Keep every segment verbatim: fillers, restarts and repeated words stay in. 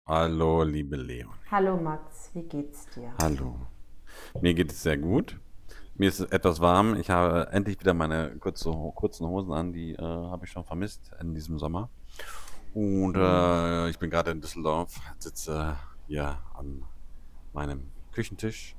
Hallo, liebe Leonie. Hallo Max, wie geht's dir? Hallo. Mir geht es sehr gut. Mir ist etwas warm. Ich habe endlich wieder meine kurze, kurzen Hosen an. Die äh, habe ich schon vermisst in diesem Sommer. Und Hm. äh, ich bin gerade in Düsseldorf, sitze hier an meinem Küchentisch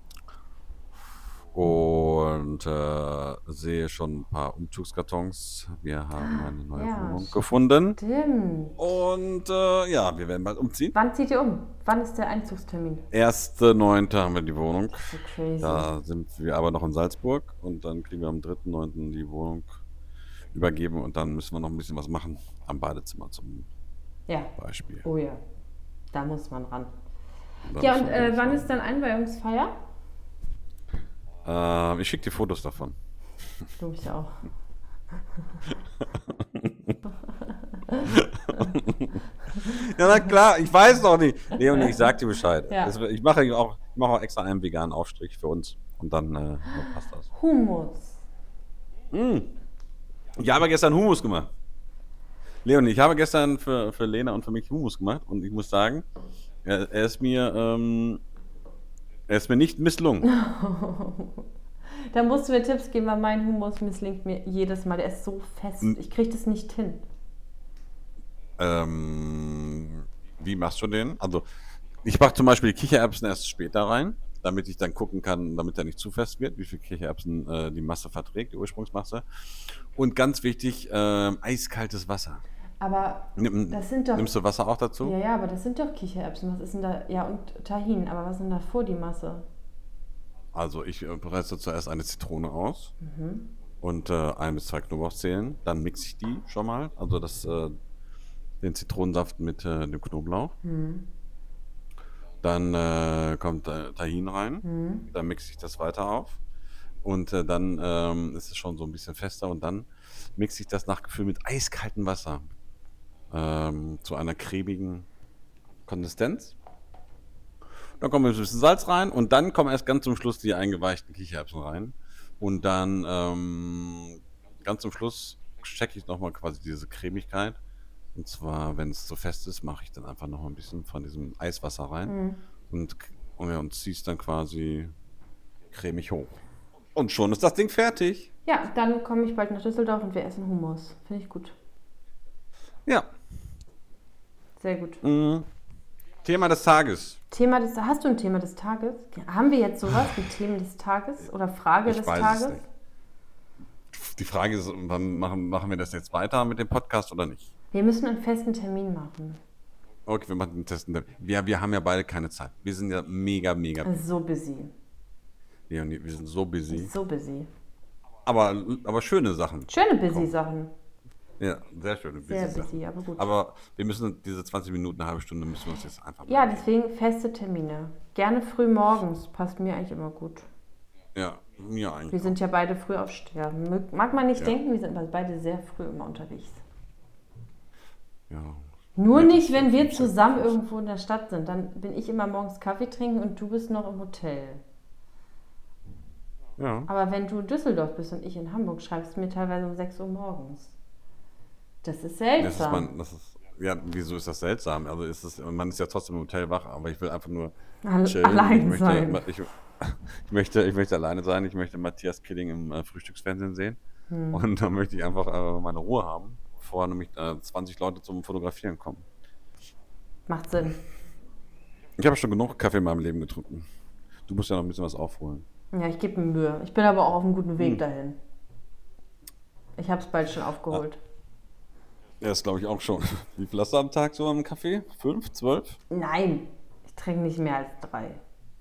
und äh, sehe schon ein paar Umzugskartons. Wir haben eine neue Ja, Wohnung gefunden. stimmt. Und äh, ja, wir werden bald umziehen. Wann zieht ihr um? Wann ist der Einzugstermin? erster neunter haben wir die Wohnung. Das ist so crazy. Da sind wir aber noch in Salzburg und dann kriegen wir am dritten neunten die Wohnung übergeben und dann müssen wir noch ein bisschen was machen am Badezimmer zum Ja. Beispiel. Oh ja, da muss man ran. Da Ja, und müssen wir äh, wirklich wann ran. ist dann Einweihungsfeier? Äh, ich schicke dir Fotos davon. Du mich auch. Ja, na klar, ich weiß doch nicht. Leonie, ich sag dir Bescheid. Ja. Es- Ich mache auch, ich mache auch extra einen veganen Aufstrich für uns und dann, äh, dann passt das. Hummus. Mm. Ich habe gestern Hummus gemacht. Leonie, ich habe gestern für, für Lena und für mich Hummus gemacht und ich muss sagen, er, er ist mir, ähm, er ist mir nicht misslungen. Da musst du mir Tipps geben, weil mein Hummus misslingt mir jedes Mal. Der ist so fest. N- Ich krieg das nicht hin. Ähm, wie machst du den? Also, ich mache zum Beispiel die Kichererbsen erst später rein, damit ich dann gucken kann, damit er nicht zu fest wird, wie viel Kichererbsen äh, die Masse verträgt, die Ursprungsmasse. Und ganz wichtig, ähm, eiskaltes Wasser. Aber Nimm, das sind doch. nimmst du Wasser auch Ja, dazu? ja, aber das sind doch Kichererbsen. Was ist denn da? Ja, und Tahin. Aber was ist denn da vor die Masse? Also, ich äh, presse zuerst eine Zitrone aus Mhm. und äh, ein bis zwei Knoblauchzehen. Dann mixe ich die schon mal, also das, äh, den Zitronensaft mit äh, dem Knoblauch. Mhm. Dann äh, kommt äh, Tahin rein. Mhm. Dann mixe ich das weiter auf. Und äh, dann ähm, ist es schon so ein bisschen fester. Und dann mixe ich das nach Gefühl mit eiskaltem Wasser ähm, zu einer cremigen Konsistenz. Dann kommt ein bisschen Salz rein. Und dann kommen erst ganz zum Schluss die eingeweichten Kichererbsen rein. Und dann ähm, ganz zum Schluss checke ich nochmal quasi diese Cremigkeit. Und zwar, wenn es zu fest ist, mache ich dann einfach noch ein bisschen von diesem Eiswasser rein Mhm. und, und, ja, und ziehe es dann quasi cremig hoch. Und schon ist das Ding fertig. Ja, dann komme ich bald nach Düsseldorf und wir essen Hummus. Finde ich gut. Ja. Sehr gut. Mhm. Thema des Tages. Thema des Hast du ein Thema des Tages? Haben wir jetzt sowas wie Themen des Tages oder Frage Ich des weiß es Tages? nicht. Die Frage ist, wann machen, machen wir das jetzt weiter mit dem Podcast oder nicht? Wir müssen einen festen Termin machen. Okay, wir machen den Testen. Wir, wir haben ja beide keine Zeit. Wir sind ja mega, mega busy. So busy. Leonie, wir sind so busy. So busy. Aber, aber schöne Sachen Schöne busy kommen. Sachen. Ja, sehr schöne Sehr busy Sachen. busy, aber gut. Aber wir müssen diese zwanzig Minuten, eine halbe Stunde müssen wir uns jetzt einfach mal Ja, nehmen. deswegen feste Termine. Gerne früh morgens. Passt mir eigentlich immer gut. Ja, mir eigentlich Wir auch. sind ja beide früh aufsteher. Mög- Mag man nicht Ja, denken, wir sind aber beide sehr früh immer unterwegs. ja. Nur Nee, nicht, das wenn ist wir fünf, sechs, zusammen fünf, sechs. irgendwo in der Stadt sind. Dann bin ich immer morgens Kaffee trinken und du bist noch im Hotel. Ja. Aber wenn du in Düsseldorf bist und ich in Hamburg, schreibst du mir teilweise um sechs Uhr morgens. Das ist Das ist seltsam. man, das ist, ja, wieso ist das seltsam? Also ist es, man ist ja trotzdem im Hotel wach, aber ich will einfach nur Al- chillen. Ich Allein möchte, sein. ich, ich möchte, ich möchte alleine sein. Ich möchte Matthias Killing im äh, Frühstücksfernsehen sehen. Hm. Und dann möchte ich einfach äh, meine Ruhe haben, bevor nämlich äh, zwanzig Leute zum Fotografieren kommen. Macht Sinn. Ich habe schon genug Kaffee in meinem Leben getrunken. Du musst ja noch ein bisschen was aufholen. Ja, ich gebe mir Mühe. Ich bin aber auch auf einem guten Weg Hm. dahin. Ich habe es bald schon Ah, aufgeholt. ja, das glaube ich auch schon. Wie viel hast du am Tag so am Kaffee? Fünf, zwölf? Nein, ich trinke nicht mehr als drei.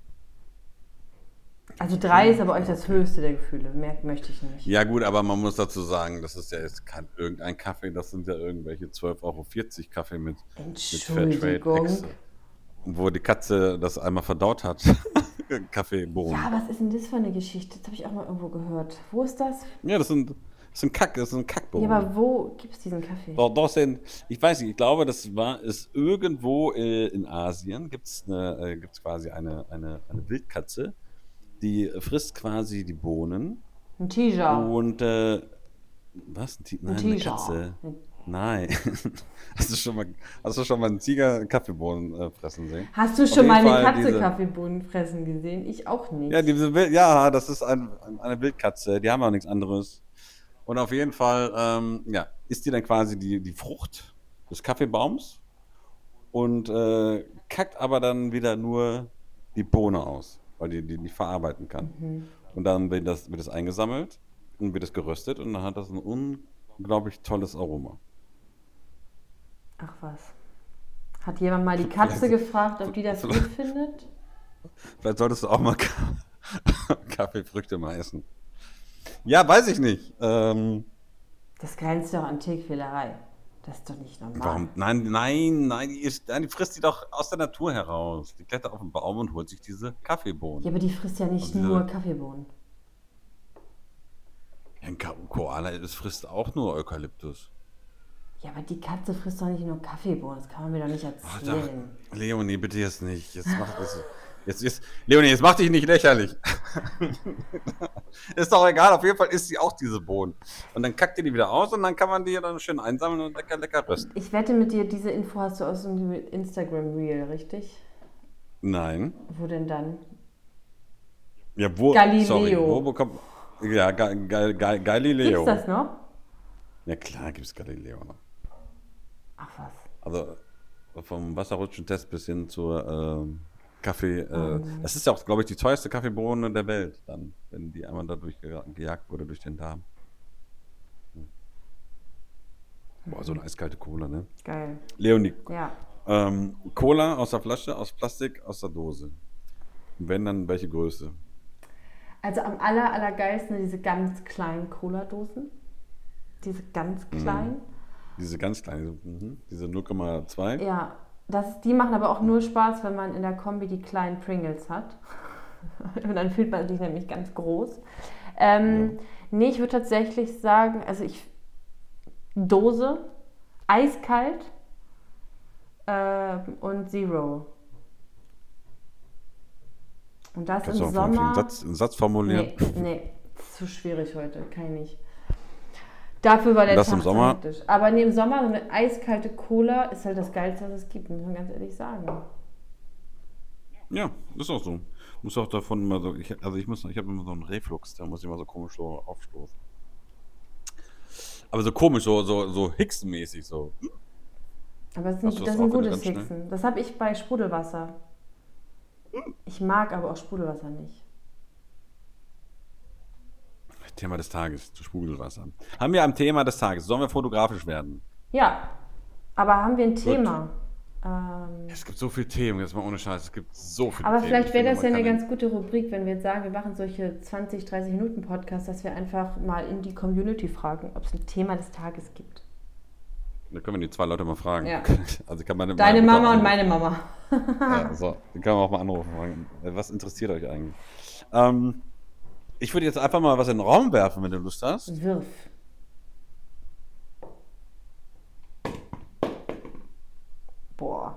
Also Trinkst du drei ist viel? aber euch Ja, das okay. höchste der Gefühle. Mehr möchte ich nicht. Ja gut, aber man muss dazu sagen, das ist ja jetzt kein irgendein Kaffee, das sind ja irgendwelche zwölf Euro vierzig Kaffee mit, mit Fairtrade Entschuldigung. Ex, wo die Katze das einmal verdaut hat. Ja, Kaffeebohnen. was ist denn das für eine Geschichte? Das habe ich auch mal irgendwo gehört. Wo ist das? Ja, das sind, das sind Kack, das sind Ja, aber Kackbohnen. wo gibt es diesen Kaffee? Doch, doch sind, ich weiß nicht, ich glaube, das war, ist irgendwo äh, in Asien, gibt es eine, äh, gibt's quasi eine, eine, eine Wildkatze, die frisst quasi die Bohnen Ein Tiger. und, äh, was? Ein Ti- Ein Nein, eine Tiger. Katze. Nein. Hast du schon mal, hast du schon mal einen Tiger Kaffeebohnen äh, fressen sehen? Hast du Auf schon jeden mal eine Fall Katze diese, Kaffeebohnen fressen gesehen? Ich auch ja, nicht. diese, Wild- ja, das ist ein, eine Wildkatze, die haben auch nichts anderes. Und auf jeden Fall, ähm, ja, isst die dann quasi die, die Frucht des Kaffeebaums und äh, kackt aber dann wieder nur die Bohne aus, weil die die nicht verarbeiten kann. Mhm. Und dann wird das, wird das eingesammelt und wird es geröstet und dann hat das ein unglaublich tolles Aroma. Ach was. Hat jemand mal die Vielleicht, Katze gefragt, ob die das gut vielleicht, findet? vielleicht solltest du auch mal Kaffeefrüchte mal essen. Ja, weiß ich nicht. Ähm, Das grenzt doch an Tierquälerei. Das ist doch nicht normal. warum? Nein, nein, nein, die, ist, nein, die frisst die doch aus der Natur heraus. Die klettert auf den Baum und holt sich diese Ja, Kaffeebohnen. aber die frisst ja Also nicht nur diese, Kaffeebohnen. ja, ein Ka- Koala, das frisst auch nur Eukalyptus. Ja, aber die Katze frisst doch nicht nur Kaffeebohnen. Das kann man mir doch nicht Ach, doch, erzählen. Leonie, bitte jetzt nicht. Jetzt mach das. Jetzt, jetzt, Leonie, jetzt mach dich nicht lächerlich. Ist doch egal, auf jeden Fall isst sie auch diese Bohnen. Und dann kackt ihr die wieder aus und dann kann man die dann schön einsammeln und lecker, lecker rösten. Ich wette mit dir, diese Info hast du aus dem Instagram-Reel, richtig? Nein. Wo denn dann? Ja, wo, sorry, wo Galileo. bekommt, ja, Ga, Ga, Ga, Gibt's Galileo. das noch? Ja, klar gibt's Galileo noch. Ach was. Also vom Wasserrutschentest bis hin zur ähm, Kaffee. Oh Äh, Mann. das ist ja auch, glaube ich, die teuerste Kaffeebohne der Welt, dann, wenn die einmal dadurch ge- gejagt wurde durch den Darm. Boah, so eine eiskalte Cola, ne? Geil. Leonie, Ja. ähm, Cola aus der Flasche, aus Plastik, aus der Dose. Und wenn, dann welche Größe? Also am aller, allergeilsten diese ganz kleinen Cola-Dosen. Diese ganz Mhm. kleinen. Diese ganz kleine, mhm. Diese null Komma zwei. Ja, das, die machen aber auch nur Spaß, wenn man in der Kombi die kleinen Pringles hat. Und dann fühlt man sich nämlich ganz groß. Ja. Ähm, nee, ich würde tatsächlich sagen, also ich, Dose, eiskalt ähm, und Zero. Und das Kannst im du auch irgendwie einen Sommer. Satz, einen Satz formulieren? Nee, nee, das ist zu schwierig heute, kann ich nicht. Dafür war Und der das im Tag zu Sommer? hektisch. Aber nee, im Sommer so eine eiskalte Cola ist halt das Geilste, was es gibt, muss man ganz ehrlich sagen. Ja, ist auch so. Muss auch davon immer so, ich, also ich muss, ich habe immer so einen Reflux, da muss ich immer so komisch so aufstoßen. Aber so komisch, so, so, so Hicksen-mäßig so. Aber das ist Hast ein, du das das ist ein auch, wenn du gutes ganz schnell? Hixen. Das habe ich bei Sprudelwasser. Ich mag aber auch Sprudelwasser nicht. Thema des Tages, zu Sprudelwasser. Haben wir am Thema des Tages, sollen wir fotografisch werden? Ja, aber haben wir ein Gut. Thema? Ähm, Es gibt so viele Themen, jetzt mal ohne Scheiß, es gibt so viele aber Themen. Ich vielleicht wäre finde, das man ja eine kann den, ganz gute Rubrik, wenn wir jetzt sagen, wir machen solche zwanzig, dreißig Minuten Podcasts, dass wir einfach mal in die Community fragen, ob es ein Thema des Tages gibt. da können wir die zwei Leute mal fragen. Ja. Also kann meine, Deine meine Mutter Mama und anrufen. meine Mama. Ja, so, die können wir auch mal anrufen. Fragen, äh, was interessiert euch eigentlich? Ähm, ich würde jetzt einfach mal was in den Raum werfen, wenn du Lust hast. Wirf. Boah.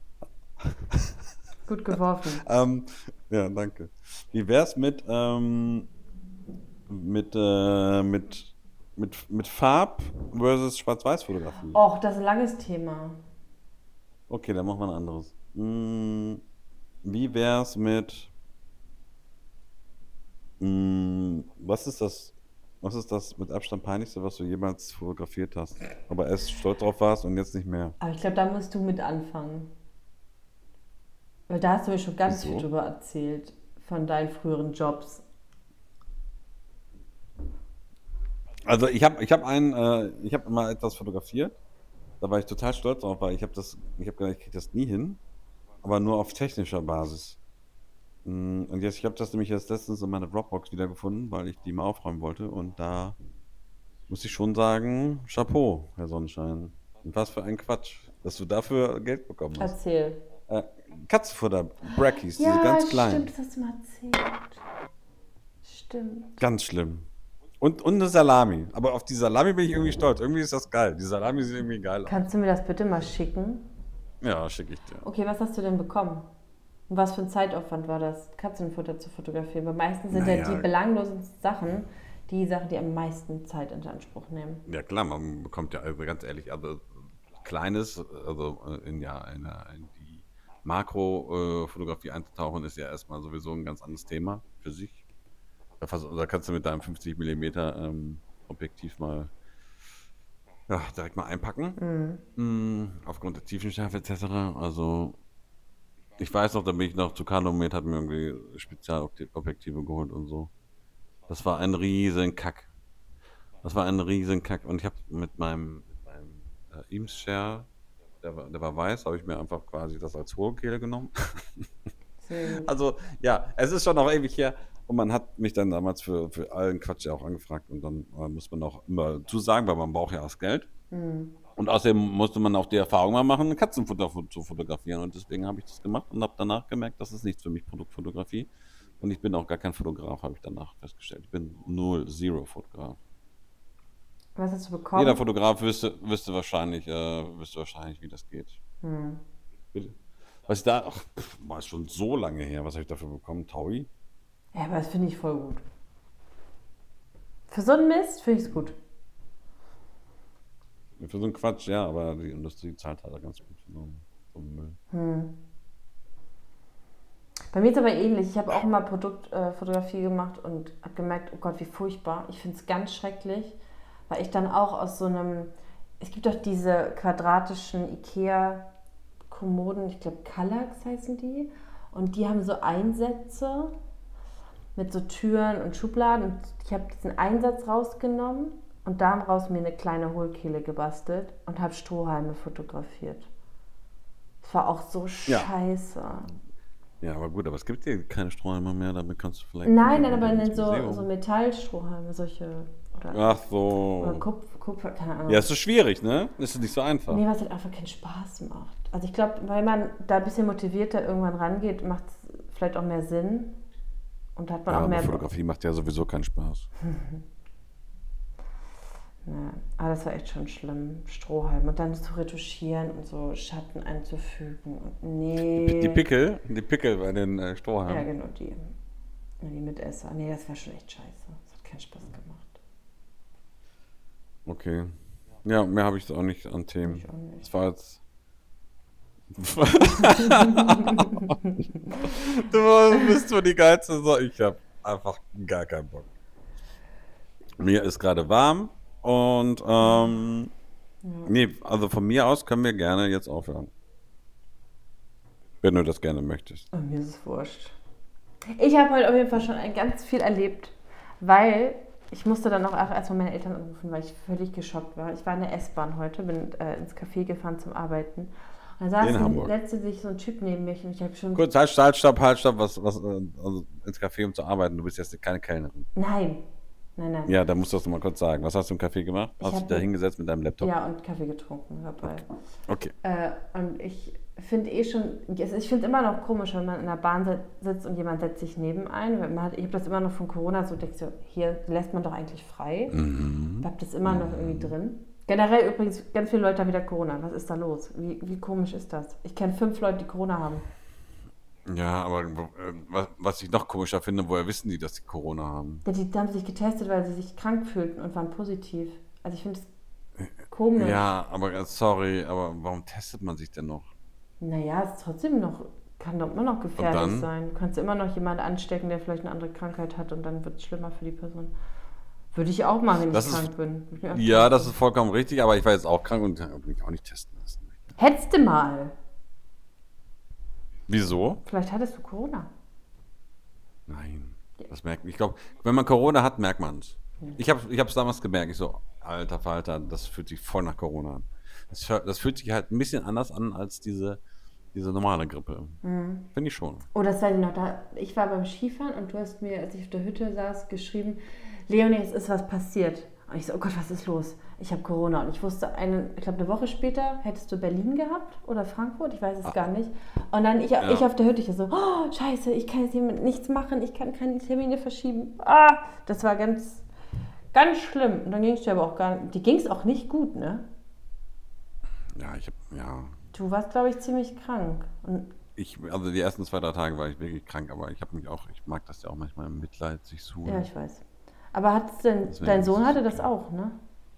Gut geworfen. Ähm, ja, danke. Wie wär's mit, ähm, mit, äh, mit, mit, mit Farb versus Schwarz-Weiß-Fotografie? Och, das ist ein langes Thema. Okay, dann machen wir ein anderes. Mm, wie wär's mit, mm, was ist das, was ist das mit Abstand peinlichste, was du jemals fotografiert hast? Aber erst stolz drauf warst und jetzt nicht mehr. Aber ich glaube, da musst du mit anfangen. Weil da hast du mir schon ganz viel Wieso? drüber erzählt. Von deinen früheren Jobs. Also ich habe ich hab einen, äh, ich habe mal etwas fotografiert. Da war ich total stolz drauf, weil ich habe das, ich habe gedacht, ich kriege das nie hin, aber nur auf technischer Basis. Mm, Und jetzt, ich habe das nämlich erst letztens in meiner Dropbox wiedergefunden, weil ich die mal aufräumen wollte. Und da muss ich schon sagen, Chapeau, Herr Sonnenschein. Und was für ein Quatsch, dass du dafür Geld bekommen hast. Erzähl. Äh, Katzenfutter, Brackies, diese Ja, ganz stimmt, kleinen. das hast du mal erzählt. Stimmt. Ganz schlimm. Und, und eine Salami. Aber auf die Salami bin ich irgendwie stolz. Irgendwie ist das geil. Die Salami sieht irgendwie geil aus. Kannst du mir das bitte mal schicken? Ja, schicke ich dir. Okay, was hast du denn bekommen? Und was für ein Zeitaufwand war das, Katzenfutter zu fotografieren? Weil meistens sind ja die Naja, belanglosen Sachen die Sachen, die am meisten Zeit in Anspruch nehmen. Ja klar, man bekommt ja, also ganz ehrlich, also kleines, also äh, in ja in, der- in die Makrofotografie einzutauchen, ist ja erstmal sowieso ein ganz anderes Thema für sich. Da, vers- da kannst du mit deinem fünfzig Millimeter ähm, Objektiv mal ja, direkt mal einpacken. Mhm. Mm, aufgrund der Tiefenschärfe et cetera. Also ich weiß noch, da bin ich noch zu Canon-Med, hat mir irgendwie Spezialobjektive geholt und so. Das war ein riesen Kack. Das war ein riesen Kack. Und ich habe mit meinem, mit meinem äh, Eames-Share, der war, der war weiß, habe ich mir einfach quasi das als Hohlkehle genommen. Sehr gut. Also, ja, es ist schon noch ewig her. Und man hat mich dann damals für, für allen Quatsch ja auch angefragt. Und dann äh, muss man auch immer zusagen, weil man braucht ja das Geld. Mhm. Und außerdem musste man auch die Erfahrung mal machen, Katzenfutter fo- zu fotografieren. Und deswegen habe ich das gemacht und habe danach gemerkt, das ist nichts für mich, Produktfotografie. Und ich bin auch gar kein Fotograf, habe ich danach festgestellt. Ich bin null, zero Fotograf. Was hast du Jeder bekommen? Fotograf wüsste, wüsste wahrscheinlich, äh, wüsste wahrscheinlich, wie das geht. Hm. Bitte. Was ich da, ach, pff, war schon so lange her. Was habe ich dafür bekommen? Taui? Ja, aber das finde ich voll gut. Für so einen Mist finde ich es gut. Für so einen Quatsch, ja, aber die Industrie zahlt halt ganz gut für so einen, so einen Müll. Hm. Bei mir ist aber ähnlich. Ich habe auch mal Produktfotografie gemacht und habe gemerkt, oh Gott, wie furchtbar. Ich finde es ganz schrecklich, weil ich dann auch aus so einem, es gibt doch diese quadratischen Ikea-Kommoden, ich glaube Kallax heißen die, und die haben so Einsätze mit so Türen und Schubladen und ich habe diesen Einsatz rausgenommen und daraus mir eine kleine Hohlkehle gebastelt und habe Strohhalme fotografiert. Das war auch so Ja. scheiße. Ja, aber gut, aber es gibt hier keine Strohhalme mehr, damit kannst du vielleicht. Nein, mit nein, aber ins in so, Museum. so Metallstrohhalme, solche. Oder, Ach oder so. Kupfer, Kupfer, keine Ahnung. Ja, es ist schwierig, ne? Es ist nicht so einfach. Nee, was halt einfach keinen Spaß macht. Also ich glaube, weil man da ein bisschen motivierter irgendwann rangeht, macht es vielleicht auch mehr Sinn. Und hat man Ja, auch aber mehr. Fotografie macht ja sowieso keinen Spaß. Ja, aber das war echt schon schlimm. Strohhalm. Und dann zu retuschieren und so Schatten einzufügen. Und nee. Die Pickel, die Pickel bei den äh, Ja, Strohhalmen. genau, die. Die Mitesser. Nee, das war schon echt scheiße. Das hat keinen Spaß gemacht. Okay. Ja, mehr habe ich auch nicht an Themen. Ich auch nicht. Das war jetzt. Du bist so die geilste. So, ich habe einfach gar keinen Bock. Mir ist gerade warm und ähm, Ja. nee, also von mir aus können wir gerne jetzt aufhören. Wenn du das gerne möchtest. Oh, mir ist es wurscht. Ich habe heute auf jeden Fall schon ein ganz viel erlebt, weil ich musste dann auch erstmal meine Eltern anrufen, weil ich völlig geschockt war. Ich war in der S-Bahn heute, bin äh, ins Café gefahren zum Arbeiten. Und da In saß Hamburg. letzte sich so ein Typ neben mich und ich habe schon... Kurz, halt, halt, stopp, halt, stopp, was, was, äh, also ins Café, um zu arbeiten. Du bist jetzt keine Kellnerin. Nein, nein, nein. Ja, da musst du das mal kurz sagen. Was hast du im Café gemacht? Ich Hast du hab- dich da hingesetzt mit deinem Laptop? Ja, und Kaffee getrunken dabei. Okay. Äh, und ich finde eh schon, ich finde es immer noch komisch, wenn man in der Bahn sit- sitzt und jemand setzt sich neben einen. Weil man hat, ich habe das immer noch von Corona so, denkst du, hier lässt man doch eigentlich frei. Mhm. Ich habe das immer noch irgendwie drin. Generell übrigens, ganz viele Leute haben wieder Corona. Was ist da los? Wie, wie komisch ist das? Ich kenne fünf Leute, die Corona haben. Ja, aber äh, was, was ich noch komischer finde, woher wissen die, dass die Corona haben? Ja, die haben sich getestet, weil sie sich krank fühlten und waren positiv. Also ich finde es komisch. Ja, aber äh, sorry, aber warum testet man sich denn noch? Naja, es ist trotzdem noch, kann doch immer noch gefährlich dann? sein. Du kannst immer noch jemanden anstecken, der vielleicht eine andere Krankheit hat und dann wird es schlimmer für die Person. Würde ich auch machen, wenn Das ich ist- krank bin. Würde ich mich auch Ja, das testen. ist vollkommen richtig, aber ich war jetzt auch krank und habe mich auch nicht testen lassen. Hättest du mal. Wieso? Vielleicht hattest du Corona. Nein. Das merkt man. Ich glaube, wenn man Corona hat, merkt man es. Ich habe es damals gemerkt. Ich so, alter Falter, das fühlt sich voll nach Corona an. Das, hör- das fühlt sich halt ein bisschen anders an als diese, diese normale Grippe. Mhm. Finde ich schon. Oh, das weiß ich noch. Da, ich war beim Skifahren und du hast mir, als ich auf der Hütte saß, geschrieben, Leonie, es ist was passiert. Und ich so, oh Gott, was ist los? Ich habe Corona. Und ich wusste, eine, ich glaube, eine Woche später hättest du Berlin gehabt oder Frankfurt, ich weiß es Ah. gar nicht. Und dann ich, Ja. ich auf der Hütte, ich so, oh, scheiße, ich kann jetzt hier mit nichts machen, ich kann keine Termine verschieben. Ah, das war ganz, ganz schlimm. Und dann ging es dir aber auch gar nicht, die ging es auch nicht gut, ne? Ja, ich habe, ja. Du warst, glaube ich, ziemlich krank. Und Ich, also die ersten zwei, drei Tage war ich wirklich krank, aber ich habe mich auch, ich mag das ja auch manchmal im Mitleid sich suchen. ja, ich weiß. Aber hat's denn, Deswegen dein ist Sohn es hatte das okay. auch, ne?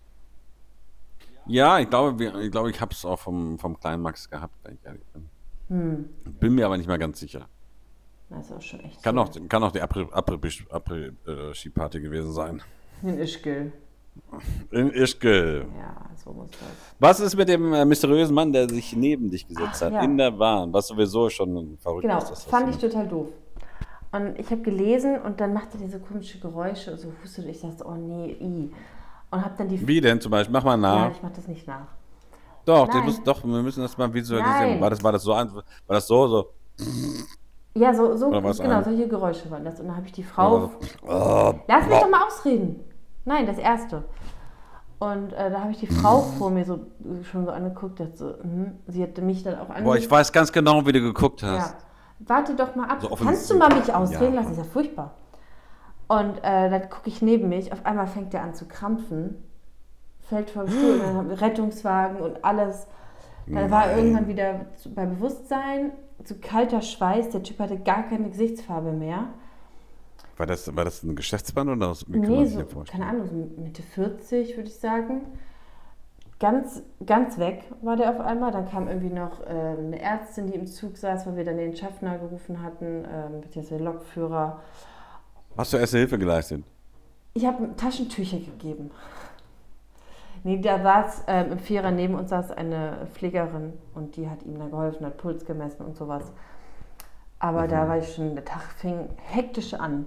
Ja, ich glaube, wir, ich, glaube, ich habe es auch vom, vom kleinen Max gehabt, wenn ich ehrlich bin. Hm, Bin mir aber nicht mehr ganz sicher. das ist auch schon echt Kann her. auch, kann auch die Après-Ski-Party gewesen sein. In Ischgl. In Ischgl. Ja, so muss das. Was ist mit dem äh, mysteriösen Mann, der sich neben dich gesetzt Ach hat, ja, in der Bahn? Was sowieso schon verrückt genau, ist, dass das fand ich jemand. total doof. Und ich habe gelesen und dann machte die so komische Geräusche, so hustet. Ich dachte, oh nee, i. Und habe dann die. Wie denn zum Beispiel? Mach mal Nein, nach. ich mache das nicht nach. Doch, das muss, Nein, doch, wir müssen das mal visualisieren. War nein. das, war das so, ein- war das so, so, Ja, so, so oder was genau, ein, solche Geräusche waren das. Und dann habe ich die oder war Frau. so, oh, Lass mich oh. doch mal ausreden. Nein, das erste. Und äh, da habe ich die Frau vor mir so äh, schon so angeguckt, dachte so, hm. Sie hatte mich dann auch Boah, angeguckt. ich weiß ganz genau, wie du geguckt Ja. hast. Warte doch mal ab. So Kannst du mal mich offensiv. ausreden Ja. lassen? Das ist ja furchtbar. Und äh, dann gucke ich neben mich. Auf einmal fängt er an zu krampfen. Fällt vom Stuhl. Und dann haben wir Rettungswagen und alles. Dann war er Nein. irgendwann wieder zu, bei Bewusstsein. Zu kalter Schweiß. Der Typ hatte gar keine Gesichtsfarbe mehr. War das, war das ein Geschäftsmann oder was, wie kann Nee, man sich so, das vorstellen? keine Ahnung, so Mitte vierzig würde ich sagen. Ganz, ganz weg war der auf einmal. Dann kam irgendwie noch äh, eine Ärztin, die im Zug saß, weil wir dann den Schaffner gerufen hatten, ähm, beziehungsweise den Lokführer. Hast du erste Hilfe geleistet? Ich habe Taschentücher gegeben. Nee, da saß ähm, im Vierer neben uns saß eine Pflegerin und die hat ihm dann geholfen, hat Puls gemessen und sowas. Aber Mhm. da war ich schon, der Tag fing hektisch an.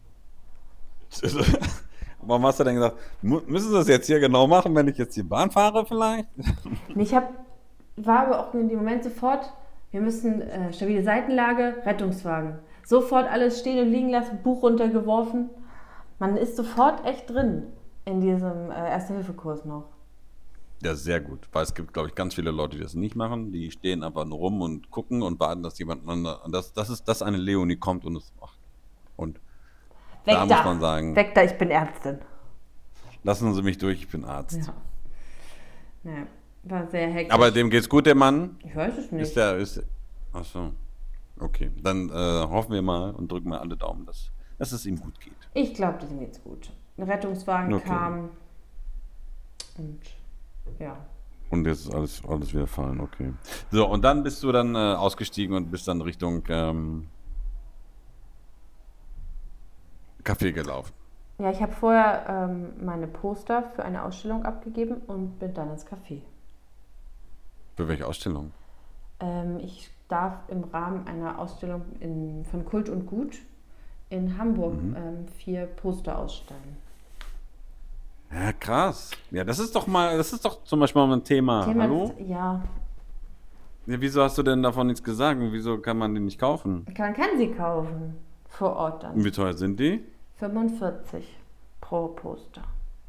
Warum hast du denn gesagt, mu- müssen Sie das jetzt hier genau machen, wenn ich jetzt die Bahn fahre vielleicht? Nee, ich hab, war aber auch in dem Moment sofort, wir müssen äh, stabile Seitenlage, Rettungswagen. Sofort alles stehen und liegen lassen, Buch runtergeworfen. Man ist sofort echt drin in diesem äh, Erste-Hilfe-Kurs noch. Ja, sehr gut, weil es gibt, glaube ich, ganz viele Leute, die das nicht machen. Die stehen einfach nur rum und gucken und warten, dass jemand, und das, das ist, dass eine Leonie kommt und es macht. Und Weg da da! muss man sagen, Weg da, ich bin Ärztin. lassen Sie mich durch, ich bin Arzt. Ja. Naja, war sehr hektisch. Aber dem geht's gut, der Mann? Ich weiß es Ist nicht. der, ist, ach so. Okay, dann äh, hoffen wir mal und drücken mal alle Daumen, dass, dass es ihm gut geht. Ich glaube, dem geht's gut. Ein Rettungswagen Okay. kam und ja. Und jetzt ist alles, alles wieder fallen, okay. So, und dann bist du dann äh, ausgestiegen und bist dann Richtung ähm, Café gelaufen. Ja, ich habe vorher ähm, meine Poster für eine Ausstellung abgegeben und bin dann ins Café. Für welche Ausstellung? Ähm, ich darf im Rahmen einer Ausstellung in, von Kult und Gut in Hamburg Mhm. ähm, vier Poster ausstellen. Ja, krass. Ja, das ist doch mal, das ist doch zum Beispiel mal ein Thema. Thema Hallo? ist- ja, Ja, wieso hast du denn davon nichts gesagt? Und wieso kann man die nicht kaufen? man kann sie kaufen vor Ort Und dann. wie teuer sind die? fünfundvierzig pro Poster.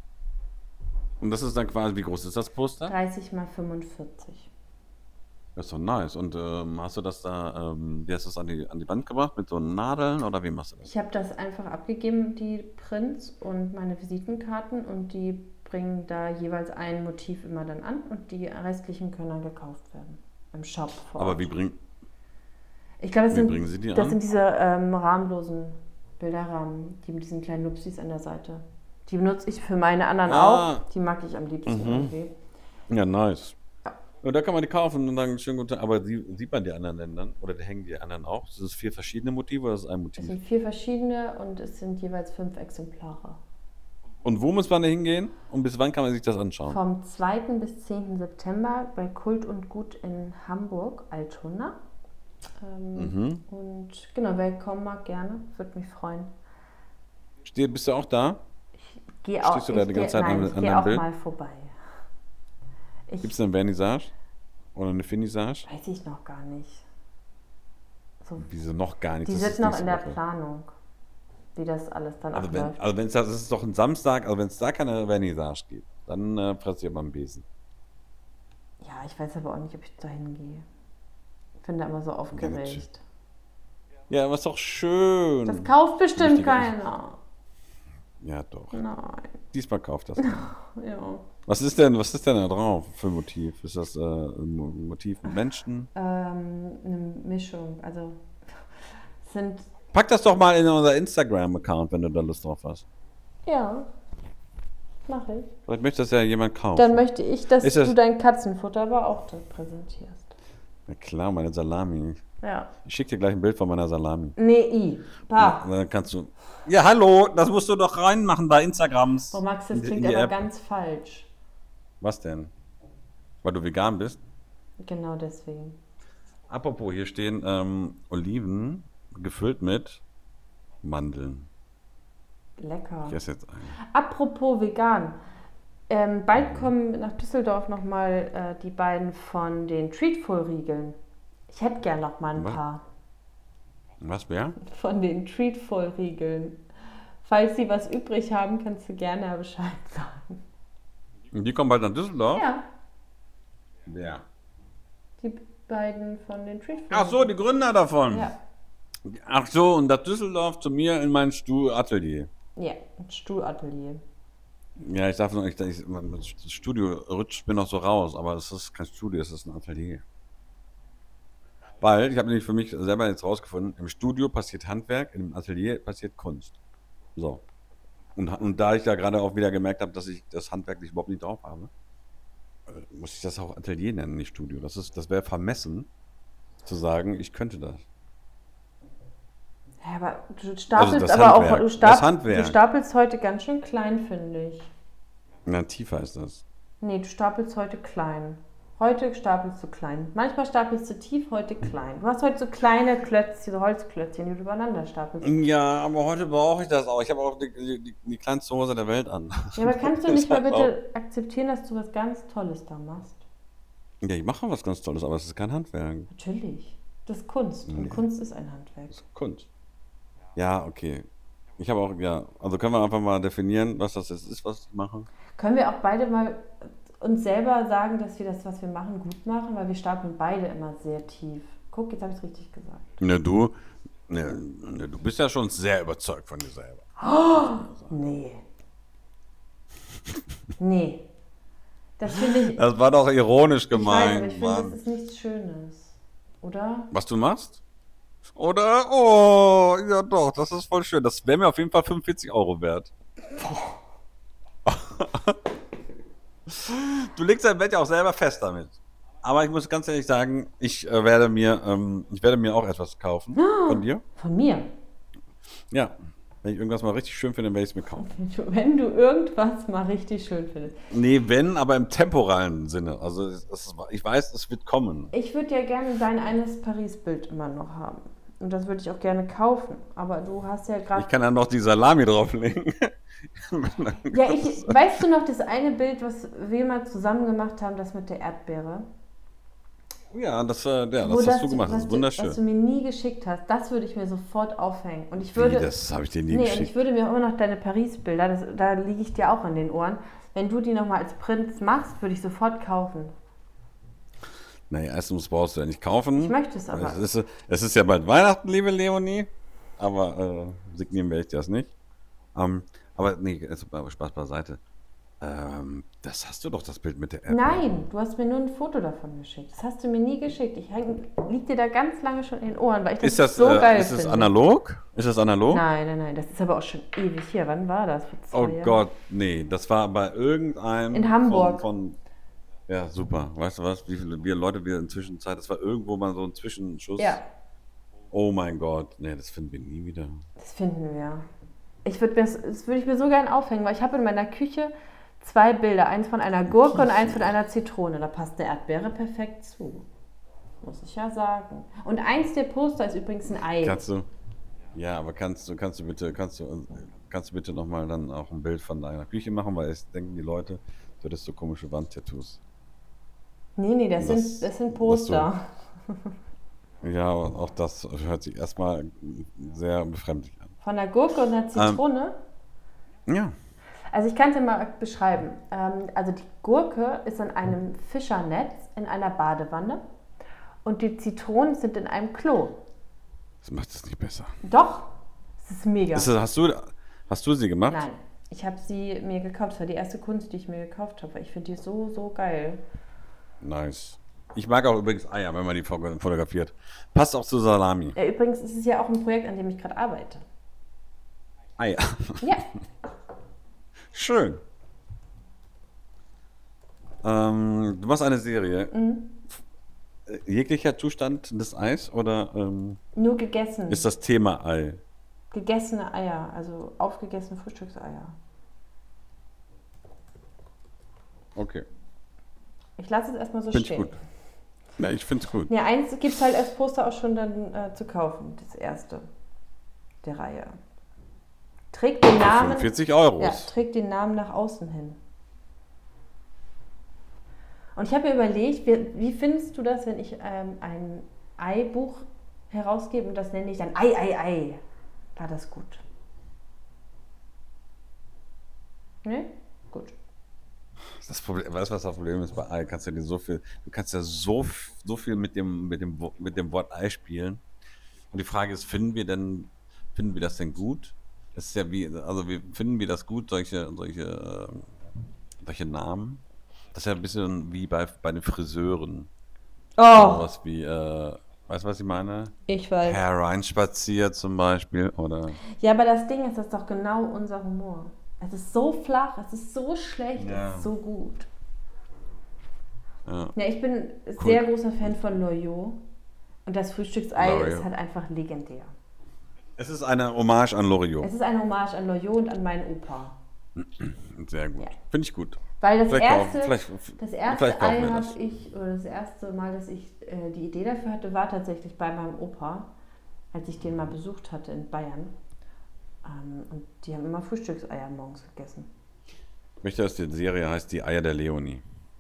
Und das ist dann quasi, wie groß ist das Poster? dreißig mal fünfundvierzig. Das ist doch nice. Und ähm, hast du das da, ähm, wie hast du das an die, an die Wand gebracht? Mit so Nadeln oder wie machst du das? Ich habe das einfach abgegeben, die Prints und meine Visitenkarten, und die bringen da jeweils ein Motiv immer dann an und die restlichen können dann gekauft werden im Shop vor Aber Ort. wie, bring, Ich glaube, das, wie sind, bringen sie die das an? sind diese ähm, rahmenlosen Bilderrahmen, die mit diesen kleinen Nupsis an der Seite. Die benutze ich für meine anderen Ah. auch. Die mag ich am liebsten Mhm. irgendwie. Ja, nice. Und da kann man die kaufen und dann schön gut. Aber sie, sieht man die anderen denn dann? Oder hängen die anderen auch? Sind es vier verschiedene Motive oder ist es ein Es Motiv? sind vier verschiedene und es sind jeweils fünf Exemplare. Und wo muss man da hingehen? Und bis wann kann man sich das anschauen? Vom zweiten bis zehnten September bei Kult und Gut in Hamburg, Altona. Ähm, Mhm. Und genau, wer kommen mag, gerne. Würde mich freuen. Steh, bist du auch da? Geh auch, Stehst du da ich die geh- ganze Zeit nein, an- ich an gehe deinem auch Bild? mal vorbei. Ich Gibt es eine Vernissage? Oder eine Finissage? weiß ich noch gar nicht. So, Wieso noch gar nicht? die Das sind ist noch nächste in der Woche. Planung, wie das alles dann Also wenn, abläuft. also wenn es das ist doch ein Samstag, also wenn es da keine Vernissage gibt, dann äh, fresse ich aber am Besen. Ja, ich weiß aber auch nicht, ob ich da hingehe. Ich bin da immer so aufgeregt. Ja, aber ist doch schön. Das kauft bestimmt Wichtiger- keiner. Ja, doch. Nein. Diesmal kauft das. Ja. Was ist denn, was ist denn da drauf für ein Motiv? Ist das äh, ein Mo- Motiv mit Menschen? Ähm, eine Mischung. Also es sind Pack das doch mal in unser Instagram-Account, wenn du da Lust drauf hast. Ja, mache ich. Vielleicht möchte das ja jemand kaufen. Dann möchte ich, dass Ist das- du dein Katzenfutter aber auch da präsentierst. Na klar, meine Salami. Ja. Ich schicke dir gleich ein Bild von meiner Salami. Nee, i. Pa. Und dann kannst du. Ja, hallo, das musst du doch reinmachen bei Instagrams. Oh, Max, das In die- klingt in die aber App. ganz falsch. Was denn? Weil du vegan bist? Genau deswegen. Apropos, hier stehen ähm, Oliven gefüllt mit Mandeln. Lecker. Ich esse jetzt eine. Apropos vegan. Ähm, bald kommen nach Düsseldorf nochmal äh, die beiden von den Treatful-Riegeln. Ich hätte gern noch mal ein Was? paar Was, wer? von den Treatful-Riegeln. Falls sie was übrig haben, kannst du gerne Bescheid sagen. Und die kommen bald nach Düsseldorf? Ja, Wer? die beiden von den Treatful. Ach so, die Gründer davon. Ja, Ach so, und nach Düsseldorf zu mir in mein Stuhlatelier. ja, ein Stuhlatelier. Ja, ich darf noch, ich, ich, das Studio rutscht mir noch so raus, aber es ist kein Studio, es ist ein Atelier. Weil, ich habe nämlich für mich selber jetzt rausgefunden, im Studio passiert Handwerk, im Atelier passiert Kunst. So. Und, und da ich ja gerade auch wieder gemerkt habe, dass ich das handwerklich überhaupt nicht drauf habe, äh, muss ich das auch Atelier nennen, nicht Studio. Das ist, das wäre vermessen, zu sagen, ich könnte das. Ja, aber du stapelst das aber auch, Handwerk. du, Das stap Handwerk. du stapelst heute ganz schön klein, finde ich. Na, tiefer ist das. Nee, du stapelst heute klein. Heute stapelst du klein. Manchmal stapelst du tief, heute klein. Du hast heute so kleine Klötzchen, so Holzklötzchen, die du übereinander stapelst. Ja, aber heute brauche ich das auch. Ich habe auch die, die, die kleinste Hose der Welt an. Ja, aber kannst du nicht mal Das heißt bitte akzeptieren, dass du was ganz Tolles da machst? Ja, ich mache was ganz Tolles, aber es ist kein Handwerk. Natürlich. Das ist Kunst. Und Nee. Kunst ist ein Handwerk. Das ist Kunst. Ja, okay. Ich habe auch, ja, also können wir einfach mal definieren, was das jetzt ist, was ich mache? Können wir auch beide mal uns selber sagen, dass wir das, was wir machen, gut machen? Weil wir stapeln beide immer sehr tief. Guck, jetzt habe ich es richtig gesagt. Ne, du, ne, ne, du bist ja schon sehr überzeugt von dir selber. Nee. Nee. Das finde ich. Das war doch ironisch Ich weiß, aber gemeint, ich finde, das Mann. ist nichts Schönes. Oder? Was du machst? Oder? Oh, ja doch, das ist voll schön. Das wäre mir auf jeden Fall fünfundvierzig Euro wert. Du legst dein Bett ja auch selber fest damit. Aber ich muss ganz ehrlich sagen, ich äh, werde mir, ähm, ich werde mir auch etwas kaufen. Von dir? Von mir. Ja. Wenn ich irgendwas mal richtig schön finde, werde ich es mir kaufen. Wenn du irgendwas mal richtig schön findest. Nee, wenn, aber im temporalen Sinne. Also es, es, ich weiß, es wird kommen. Ich würde ja gerne dein eines Paris-Bild immer noch haben. Und das würde ich auch gerne kaufen. Aber du hast ja gerade. Ich kann dann noch die Salami drauflegen. Ja, ich, weißt du noch das eine Bild, was wir mal zusammen gemacht haben, das mit der Erdbeere? Ja, das, äh, ja, Wo das hast du du- gemacht. Das was ist du- wunderschön. Was du mir nie geschickt hast, das würde ich mir sofort aufhängen. Und ich Wie, würde. das habe ich dir nie Nee, und geschickt. ich würde mir immer noch deine Paris-Bilder, das- da liege ich dir auch in den Ohren. Wenn du die nochmal als Print machst, würde ich sofort kaufen. Naja, erstens brauchst du ja nicht kaufen. Ich möchte es aber. Es ist, es ist ja bald Weihnachten, liebe Leonie. Aber äh, signieren werde ich das nicht. Ähm, aber nee, jetzt mal Spaß beiseite. Ähm, das hast du doch, das Bild mit der App. Nein, du hast mir nur ein Foto davon geschickt. Das hast du mir nie geschickt. Ich häng, lieg dir da ganz lange schon in den Ohren, weil ich das, Ist das, so äh, geil ist das finde. analog? Ist das analog? Nein, nein, nein. Das ist aber auch schon ewig hier. Wann war das? Vor zwei Oh Jahren? Gott, nee, das war bei irgendeinem. In Hamburg. Von, von, ja, super. Weißt du was? Wie viele wir Leute wir inzwischen Zeit. Das war irgendwo mal so ein Zwischenschuss. Ja, Oh mein Gott, nee, das finden wir nie wieder. das finden wir. Ich würd mir, das das würde ich mir so gern aufhängen, weil ich habe in meiner Küche zwei Bilder. Eins von einer Gurke und eins von einer Zitrone. Da passt eine Erdbeere perfekt zu. Muss ich ja sagen. Und eins der Poster ist übrigens ein Ei. Kannst du? Ja, aber kannst du, kannst du bitte, kannst du, kannst du bitte nochmal dann auch ein Bild von deiner Küche machen, weil es denken die Leute, du hättest so komische Wandtattoos. Nee, nee, das, Was- sind, das sind Poster. Ja, aber auch das hört sich erstmal sehr befremdlich an. Von einer Gurke und einer Zitrone. Ja. Also ich kann es dir mal beschreiben. Ähm, also die Gurke ist in einem Fischernetz in einer Badewanne und die Zitronen sind in einem Klo. Das macht es nicht besser. Doch, es ist mega. Ist das, hast, du, hast du sie gemacht? Nein, ich habe sie mir gekauft. Das war die erste Kunst, die ich mir gekauft habe. Ich finde die so, so geil. Nice. Ich mag auch übrigens Eier, wenn man die fotografiert. Passt auch zu Salami. Ja, übrigens ist es ja auch ein Projekt, an dem ich gerade arbeite. Eier. Ja, Schön. Ähm, du machst eine Serie. Mhm. Äh, Jeglicher Zustand des Eis oder ähm, Nur gegessen. ist das Thema Ei? Gegessene Eier, also aufgegessene Frühstückseier. Okay. Ich lasse es erstmal so Finde ich stehen. gut. Ja, ich finde es gut. Ja, eins gibt es halt als Poster auch schon dann äh, zu kaufen. Das erste der Reihe. Trägt den Namen, fünfundvierzig Euro. ja, trägt den Namen nach außen hin. Und ich habe mir überlegt, wie, wie findest du das, wenn ich ähm, ein Ei-Buch herausgebe und das nenne ich dann Ei, Ei, Ei. War das gut? Ne? Gut. Das Problem, weißt du, was das Problem ist bei Ei? Kannst du dir so viel, du kannst ja so, f- so viel mit dem, mit dem, Wo- mit dem Wort Ei spielen. Und die Frage ist, finden wir denn, finden wir das denn gut? Das ist ja wie, also wir finden wir das gut, solche, solche, ähm, solche Namen? Das ist ja ein bisschen wie bei, bei den Friseuren. Oh, Sowas wie, äh, weißt du, was ich meine? ich weiß. Herr reinspaziert zum Beispiel, oder? Ja, aber das Ding ist, das ist doch genau unser Humor. Es ist so flach, es ist so schlecht, Ja. es ist so gut. Ja. Ja, ich bin Cool. sehr großer Fan von Loyot. Und das Frühstücksei Loriot. ist halt einfach legendär. Es ist eine Hommage an Loriot. Es ist eine Hommage an Loyot und an meinen Opa. Sehr gut. Ja. Finde ich gut. Weil das Vielleicht kaufen- erste, vielleicht- das vielleicht erste kaufen Ei wir habe das. ich, oder das erste Mal, dass ich äh, die Idee dafür hatte, war tatsächlich bei meinem Opa, als ich den mal besucht hatte in Bayern. Ähm, und die haben immer Frühstückseier morgens gegessen. Ich möchte, dass die Serie heißt Die Eier der Leonie.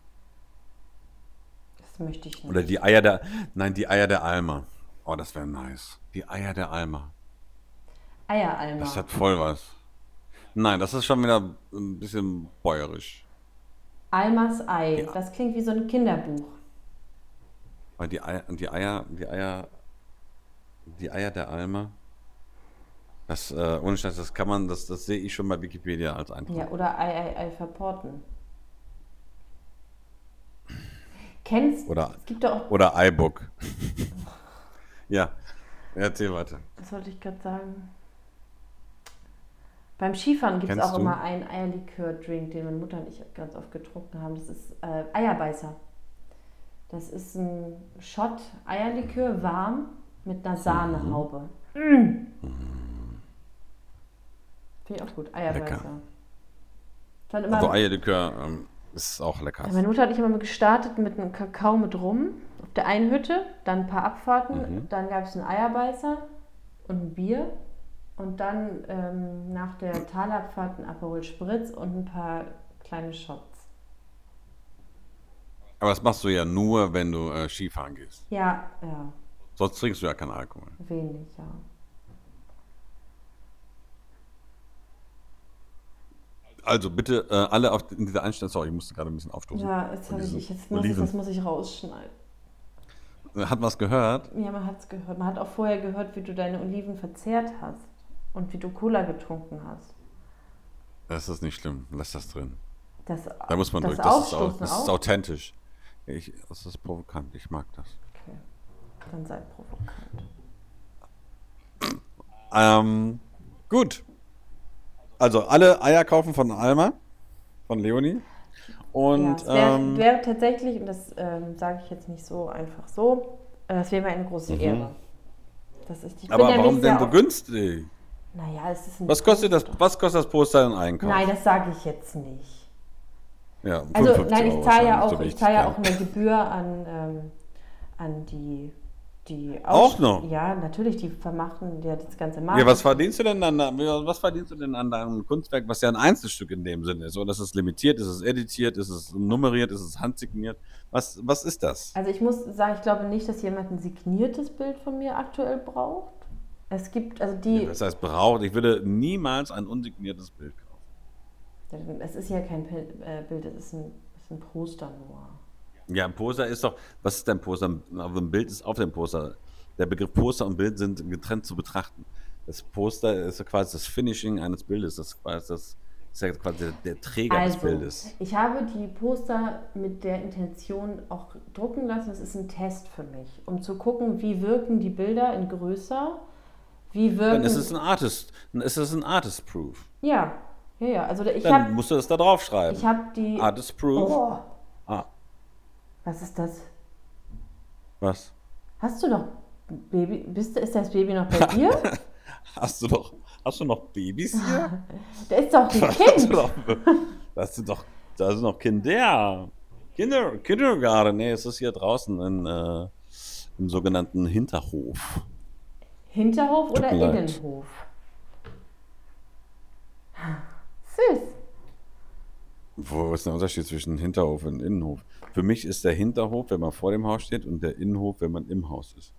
Das möchte ich nicht. Oder die Eier der, nein, die Eier der Alma. Oh, das wäre nice. Die Eier der Alma. Eieralma. Das hat voll was. Nein, das ist schon wieder ein bisschen bäuerisch. Almas Ei. Ja. Das klingt wie so ein Kinderbuch. Weil die Eier, die Eier, die Eier, die Eier der Alma. Das, äh, ohne Scheiß, das kann man, das, das sehe ich schon bei Wikipedia als Eintrag. Ja, oder Ei, Ei, Ei verporten. Kennst Oder, Es gibt doch auch, oder iBook. Ja, erzähl weiter. was wollte ich gerade sagen? Beim Skifahren gibt es Kennst auch du? immer einen Eierlikör-Drink, den meine Mutter und ich ganz oft getrunken haben. Das ist äh, Eierbeißer. Das ist ein Shot Eierlikör, warm, mit einer Sahnehaube. Mm. Finde ich auch gut, Eierbeißer. Lecker. Dann immer, Also Eierlikör ähm, ist auch lecker. meine Mutter hat ich immer mal gestartet mit einem Kakao mit Rum auf der einen Hütte, dann ein paar Abfahrten, Mhm. dann gab es einen Eierbeißer und ein Bier und dann ähm, nach der Talabfahrt ein Aperol Spritz und ein paar kleine Shots. Aber das machst du ja nur, wenn du äh, Skifahren gehst. Ja, ja, Sonst trinkst du ja keinen Alkohol. wenig, ja. Also bitte äh, alle auf in dieser Einstellung. Sorry, ich musste gerade ein bisschen aufstoßen. Ja, jetzt Von habe ich, diesen ich, jetzt muss ich, Oliven. das muss ich rausschneiden. Hat man es gehört? Ja, man hat es gehört. Man hat auch vorher gehört, wie du deine Oliven verzehrt hast und wie du Cola getrunken hast. Das ist nicht schlimm. Lass das drin. Das, Da muss man das durch. Das, ist, au- Aufstoßen das ist auch? authentisch. Ich, das ist provokant. Ich mag das. Okay, dann sei provokant. Ähm, gut. Also alle Eier kaufen von Alma, von Leonie. Und ja, es wäre ähm, wär tatsächlich, und das ähm, sage ich jetzt nicht so einfach so, äh, es wäre mir eine große Ehre. Das ist, ich aber bin nämlich warum denn sehr so auf- günstig? Naja, es ist ein Was kostet das, Poster. was kostet das Poster in Einkauf? Nein, das sage ich jetzt nicht. Ja, Also fünfundfünfzig nein, ich Euro zahle ja wahrscheinlich, auch, so wie ich das zahle ja kenne. auch eine Gebühr an, ähm, an die, die Auch noch? Ja, natürlich, die vermachen ja das ganze Ja, Marketing. was verdienst du denn an, was verdienst du denn an deinem Kunstwerk, was ja ein Einzelstück in dem Sinne ist? Oder ist es limitiert, ist es editiert, ist es nummeriert, ist es handsigniert? Was, was ist das? Also ich muss sagen, ich glaube nicht, dass jemand ein signiertes Bild von mir aktuell braucht. Es gibt, also die, Das heißt, braucht, ich würde niemals ein unsigniertes Bild kaufen. es ist ja kein Pil- äh, Bild, es ist ein, es ist ein Poster nur. Ja, ein Poster ist doch, was ist denn Poster? Auf dem Bild ist auf dem Poster. Der Begriff Poster und Bild sind getrennt zu betrachten. Das Poster ist ja quasi das Finishing eines Bildes, das ist quasi, das ist ja quasi der, der Träger des Also, Bildes. ich habe die Poster mit der Intention auch drucken lassen. Das ist ein Test für mich, um zu gucken, wie wirken die Bilder in größer, wie wirken... Dann ist es ein Artist, dann ist es ein Artist-Proof. Ja, Ja, ja, also ich Dann habe musst du das da drauf schreiben. ich hab die. Artist Proof. Oh, Ah, was ist das? was? Hast du noch Baby? Bist, du- ist das Baby noch bei dir? Hast du doch, hast du noch Babys hier? Da ist doch ein Das ist Kind. doch, das sind doch, das sind doch Kinder. Kinder, Kindergarten. Nee, es ist hier draußen in, äh, im sogenannten Hinterhof. Hinterhof Tut oder mir leid. Innenhof? Süß. Wo ist der Unterschied zwischen Hinterhof und Innenhof? Für mich ist der Hinterhof, wenn man vor dem Haus steht, und der Innenhof, wenn man im Haus ist.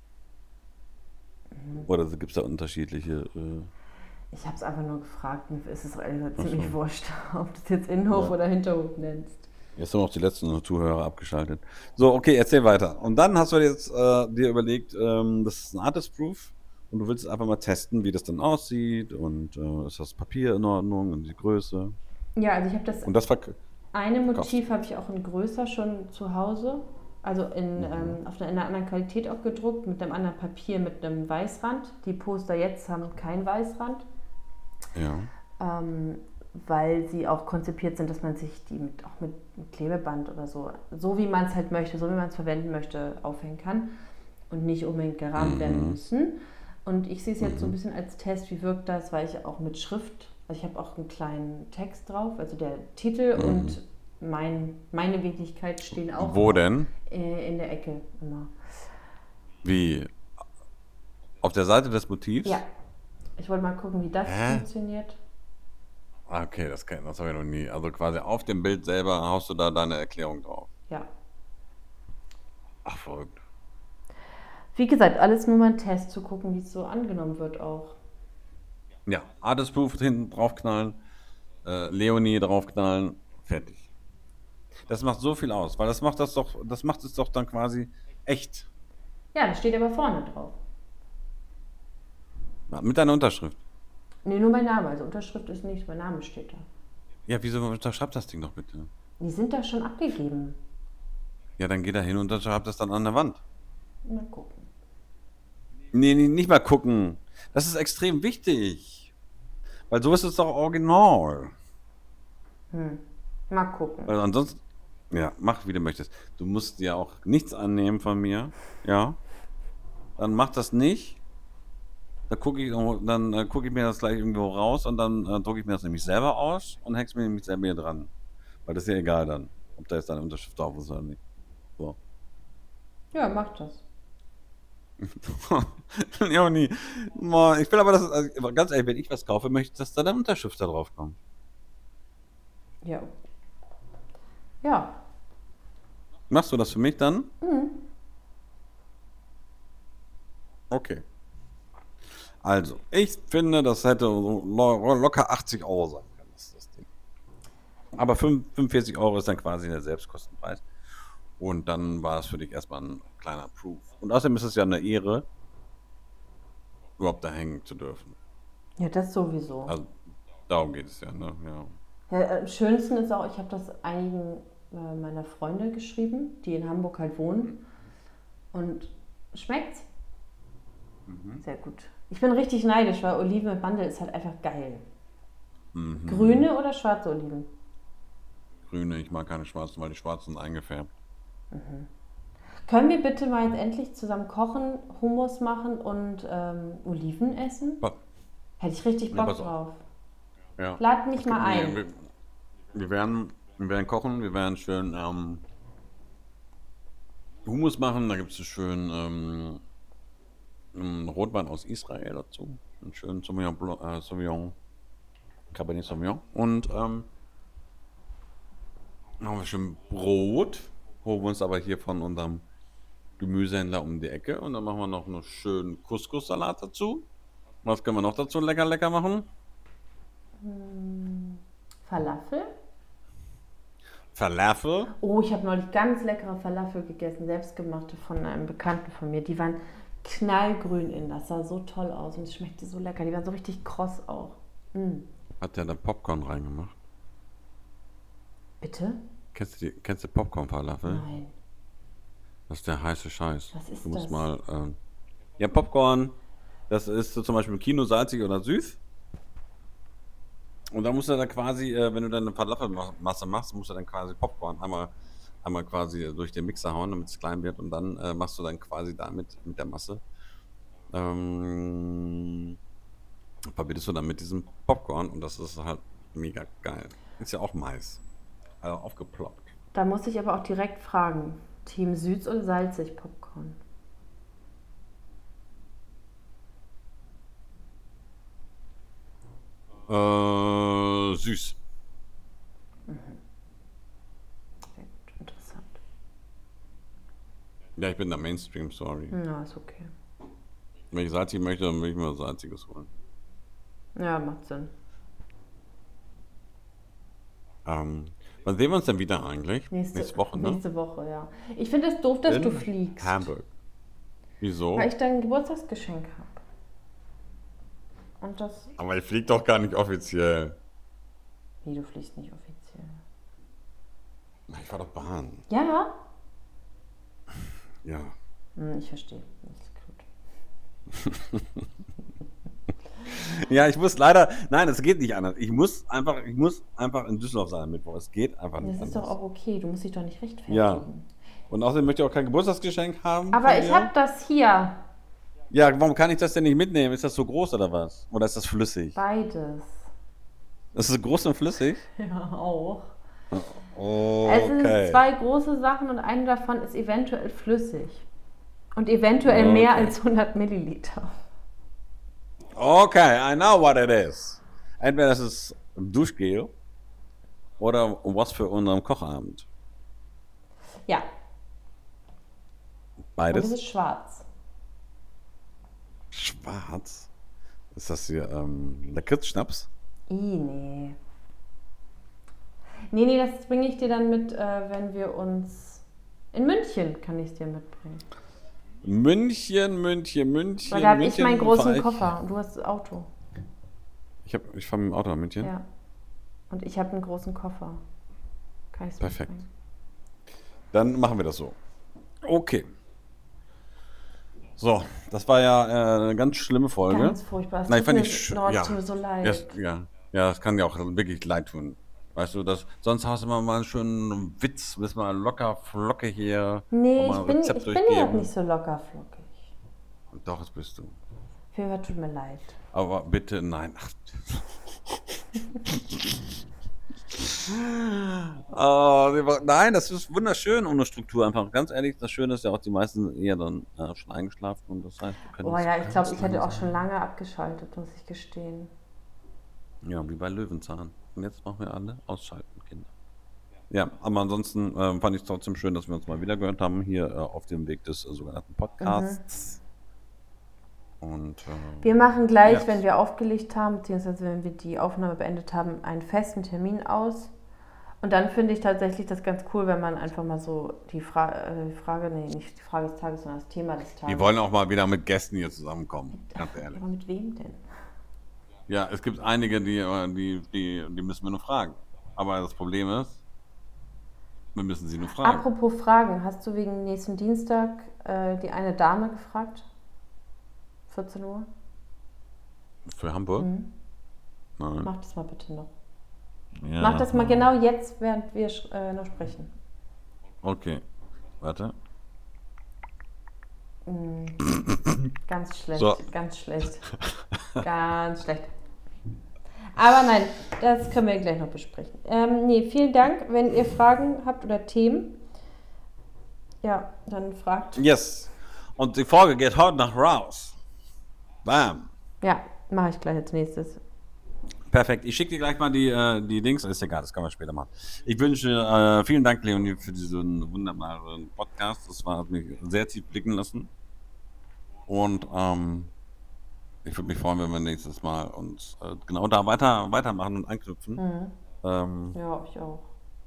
Oder gibt es da unterschiedliche? Äh, Ich habe es einfach nur gefragt. Mir ist es ehrlich gesagt Ach ziemlich so. wurscht, ob du es jetzt Innenhof Ja. oder Hinterhof nennst. Jetzt haben auch die letzten Zuhörer abgeschaltet. So, okay, erzähl weiter. Und dann hast du jetzt äh, dir überlegt, ähm, das ist ein Artist Proof und du willst einfach mal testen, wie das dann aussieht und äh, ist das Papier in Ordnung und die Größe. Ja, also ich habe das Und das verk eine verkaufst du. Motiv habe ich auch in größer schon zu Hause. Also in, Mhm. ähm, auf einer, in einer anderen Qualität auch gedruckt, mit einem anderen Papier, mit einem Weißrand. Die Poster jetzt haben kein Weißrand. Ja. ähm, weil sie auch konzipiert sind, dass man sich die mit, auch mit, mit Klebeband oder so, so wie man es halt möchte, so wie man es verwenden möchte, aufhängen kann und nicht unbedingt gerahmt werden Mhm. müssen. Und ich sehe es jetzt so ein Mhm. bisschen als Test, wie wirkt das, weil ich auch mit Schrift, also ich habe auch einen kleinen Text drauf, also der Titel Mhm. und mein, meine Wenigkeit stehen auch Wo noch denn? äh, in der Ecke immer. Wie? Auf der Seite des Ja, Motivs? ich wollte mal gucken, wie das Hä? funktioniert. Ah, okay, das kenn, das habe ich noch nie. Also quasi auf dem Bild selber haust du da deine Erklärung drauf. Ja. Ach, verrückt. Wie gesagt, alles nur mal ein Test, zu gucken, wie es so angenommen wird auch. Ja, Artist Proof hinten draufknallen, äh, Leonie draufknallen, fertig. Das macht so viel aus, weil das macht das doch, das macht es doch dann quasi echt. Ja, das steht aber vorne drauf. Ja, mit deiner Unterschrift. Nee, nur mein Name. Also Unterschrift ist nichts, mein Name steht da. Ja, wieso unterschreibt das Ding doch bitte? Die sind da schon abgegeben. Ja, dann geh da hin und unterschreibt das dann an der Wand. Mal gucken. Nee, nee, nicht mal gucken. Das ist extrem wichtig. Weil so ist es doch original. Hm. Mal gucken. Weil ansonsten, ja, mach wie du möchtest. Du musst ja auch nichts annehmen von mir. Ja. Dann mach das nicht. Dann gucke ich, dann äh, guck ich mir das gleich irgendwo raus und dann äh, drucke ich mir das nämlich selber aus und häng's mir nämlich selber hier dran. Weil das ist ja egal dann, ob da jetzt deine Unterschrift drauf ist oder nicht. So. Ja, mach das. Leonie, Mann, ich will aber, dass, also, ganz ehrlich, wenn ich was kaufe, möchte ich, dass da deine Unterschrift da drauf kommt. Ja. Ja. Machst du das für mich dann? Mhm. Okay. Also, ich finde, das hätte so lo locker achtzig Euro sein können, das, das Ding. Aber fünfundvierzig Euro ist dann quasi der Selbstkostenpreis. Und dann war es für dich erstmal ein kleiner Proof. Und außerdem ist es ja eine Ehre, überhaupt da hängen zu dürfen. Ja, das sowieso. Also, darum geht es ja, ne? Ja. Ja, äh, am schönsten ist auch, ich habe das einigen äh, meiner Freunde geschrieben, die in Hamburg halt wohnen. Und schmeckt's? Mhm. Sehr gut. Ich bin richtig neidisch, weil Oliven mit Mandel ist halt einfach geil. Mhm. Grüne oder schwarze Oliven? Grüne, ich mag keine schwarzen, weil die schwarzen sind eingefärbt. Können wir bitte mal jetzt endlich zusammen kochen, Hummus machen und ähm, Oliven essen? Pa- Hätte ich richtig Ja, Bock pass auf. drauf. Ja. Lad mich Es mal gibt- ein. Wir, wir, werden, wir werden kochen, wir werden schön ähm, Hummus machen, da gibt es schön ähm, einen Rotwein aus Israel dazu. Einen schönen Sauvignon, Blanc- äh, Sauvignon, Cabernet Sauvignon. Und ähm, dann haben wir schön Brot, holen wir uns aber hier von unserem Gemüsehändler um die Ecke. Und dann machen wir noch einen schönen Couscous-Salat dazu. Was können wir noch dazu lecker, lecker machen? Falafel? Falafel. Oh, ich habe neulich ganz leckere Falafel gegessen, selbstgemachte von einem Bekannten von mir. Die waren knallgrün innen. Das sah so toll aus und es schmeckte so lecker. Die waren so richtig kross auch. Mm. Hat der da Popcorn reingemacht? Bitte? Kennst du, die, kennst du Popcorn-Falafel? Nein. Das ist der heiße Scheiß. Was ist du musst das? mal. Ähm, ja, Popcorn. Das ist so zum Beispiel im Kino salzig oder süß. Und dann musst du dann quasi, äh, wenn du dann eine Falafelmasse machst, musst du dann quasi Popcorn einmal, einmal quasi durch den Mixer hauen, damit es klein wird. Und dann äh, machst du dann quasi damit mit der Masse, ähm, verbindest du dann mit diesem Popcorn und das ist halt mega geil. Ist ja auch Mais. Also aufgeploppt. Da muss ich aber auch direkt fragen. Team süß oder salzig Popcorn? Äh, süß. Sehr gut, interessant. Ja, ich bin der Mainstream, sorry. Ja, ist okay. Wenn ich salzig möchte, dann will ich mir salziges holen. Ja, macht Sinn. Ähm, wann sehen wir uns denn wieder eigentlich? Nächste, Nächste Woche, ne? nächste Woche, ja. Ich finde es doof, dass In du fliegst. Hamburg. Wieso? Weil ich dein Geburtstagsgeschenk habe. Und das. Aber ich fliege doch gar nicht offiziell. Wie, du fliegst nicht offiziell? Na, ich fahr doch Bahn. Ja? Ja. Hm, ich verstehe. Das ist gut. Ja, ich muss leider. Nein, es geht nicht anders. Ich muss einfach, ich muss einfach in Düsseldorf sein am Mittwoch. Es geht einfach nicht Das ist anders. doch auch okay. Du musst dich doch nicht rechtfertigen. Ja. Und außerdem möchte ich auch kein Geburtstagsgeschenk haben. Aber von ich dir. habe das hier. Ja, warum kann ich das denn nicht mitnehmen? Ist das so groß oder was? Oder ist das flüssig? Beides. Ist es groß und flüssig? Ja, auch. Oh, Es sind okay. zwei große Sachen und eine davon ist eventuell flüssig. Und eventuell Okay. mehr als hundert Milliliter. Okay, I know what it is. Entweder das ist Duschgel oder was für unseren Kochabend. Ja, und es Beides. ist schwarz. Schwarz. Ist das hier ähm, Lakritzschnaps? I, nee. Nee, nee, das bringe ich dir dann mit, äh, wenn wir uns... In München kann ich es dir mitbringen. München, München, München. Weil da habe ich München meinen fahr großen ich. Koffer und du hast das Auto. Ich, hab, ich fahre mit dem Auto nach München. Ja. Und ich habe einen großen Koffer. Kann ich's Perfekt. mitbringen? Dann machen wir das so. Okay. So, das war ja äh, eine ganz schlimme Folge. Ganz furchtbar. Es Nein, tut fand mir, ich sch- oh, es ja. tut mir so leid. Ja, ja, ja, das kann dir auch wirklich leid tun. Weißt du, das, sonst hast du immer mal einen schönen Witz, bist mal locker, flocke hier. Nee, und mal ich ein bin, Rezept ich bin ja durchgeben. nicht so locker flockig. Doch, das bist du. Auf jeden Fall tut mir leid. Aber bitte, nein. Ach. Oh, die war- nein, das ist wunderschön ohne Struktur einfach. Ganz ehrlich, das Schöne ist ja auch, die meisten sind eher dann äh, schon eingeschlafen und das heißt, wir können Oh das ja, ich ganz glaube, ich hätte auch langsam- schon lange abgeschaltet, muss ich gestehen. Ja, wie bei Löwenzahn. Und jetzt machen wir alle ausschalten, Kinder. Ja, aber ansonsten ähm, fand ich es trotzdem schön, dass wir uns mal wieder gehört haben, hier äh, auf dem Weg des äh, sogenannten Podcasts. Und äh, Wir machen gleich, Ja. wenn wir aufgelegt haben, beziehungsweise wenn wir die Aufnahme beendet haben, einen festen Termin aus. Und dann finde ich tatsächlich das ganz cool, wenn man einfach mal so die, Fra äh, die Frage, nee, nicht die Frage des Tages, sondern das Thema des Tages. wir wollen auch mal wieder mit Gästen hier zusammenkommen, ganz ehrlich. Aber mit wem denn? Ja, es gibt einige, die, äh, die, die, die müssen wir nur fragen. Aber das Problem ist, wir müssen sie nur fragen. Apropos Fragen, hast du wegen nächsten Dienstag äh, die eine Dame gefragt? vierzehn Uhr? Für Hamburg? Mhm. Nein. Mach das mal bitte noch. Ja. Mach das mal genau jetzt, während wir äh, noch sprechen. Okay, warte. Mm. Ganz schlecht, So. ganz schlecht. Ganz schlecht. Aber nein, das können wir gleich noch besprechen. Ähm, nee, vielen Dank. Wenn ihr Fragen habt oder Themen, ja, dann fragt. Yes. Und die Folge geht heute noch raus. Bam. Ja, mache ich gleich als nächstes. Perfekt. Ich schicke dir gleich mal die, äh, die Links. Ist egal, das können wir später machen. Ich wünsche äh, vielen Dank, Leonie, für diesen wunderbaren Podcast. Das war, hat mich sehr tief blicken lassen. Und ähm, ich würde mich freuen, wenn wir nächstes Mal uns äh, genau da weiter, weitermachen und anknüpfen. Mhm. Ähm, Ja, ich auch.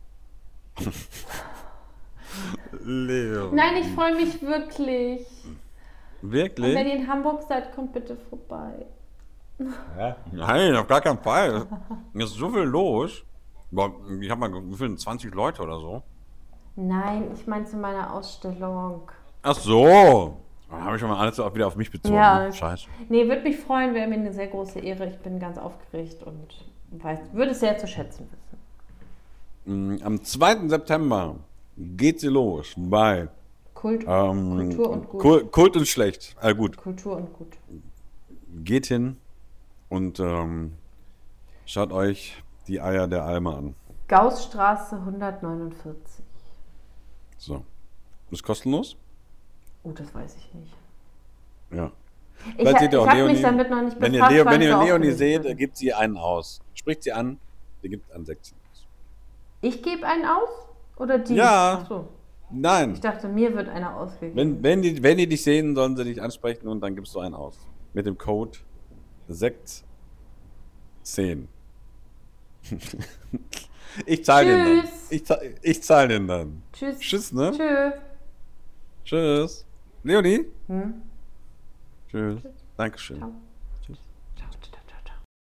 Leo. Nein, ich freue mich wirklich. Und Wirklich? wenn ihr in Hamburg seid, kommt bitte vorbei. Nein, auf gar keinen Fall. Es ist so viel los. Boah, ich habe mal gefühlt zwanzig Leute oder so. Nein, ich meine zu meiner Ausstellung. Ach so. Da habe ich schon mal alles auch wieder auf mich bezogen. Ja. Scheiße. Nee, würde mich freuen, wäre mir eine sehr große Ehre. Ich bin ganz aufgeregt und Weiß, würde es sehr zu schätzen wissen. Mm, Am zweiten September geht sie los bei Kult, ähm, Kultur und Gut. Kult, Kult und Schlecht. Äh, gut, Kultur und Gut. geht hin und ähm, schaut euch die Eier der Alma an. Gaußstraße hundertneunundvierzig. So. Ist kostenlos? Oh, das weiß ich nicht. Ja. Ich, Vielleicht ha- seht ihr ich auch habe mich Leonie. damit noch nicht Wenn ihr, befasst, Leo, weil wenn ich ihr so Leonie aufgeregt seht, bin. gibt sie einen aus. Spricht sie an, sie gibt an sechzehn aus. Ich gebe einen aus? Oder die? Ja. Ach so. Nein. Ich dachte, mir wird einer ausgegeben. Wenn, wenn, die, wenn die dich sehen, sollen sie dich ansprechen und dann gibst du einen aus. Mit dem Code sechzehn. Ich zahle den dann. Tschüss. Ich, zahl- ich zahle den dann. Tschüss. Tschüss, ne? Tschö. Tschüss. Leonie? Hm? Tschüss. Dankeschön. Ciao.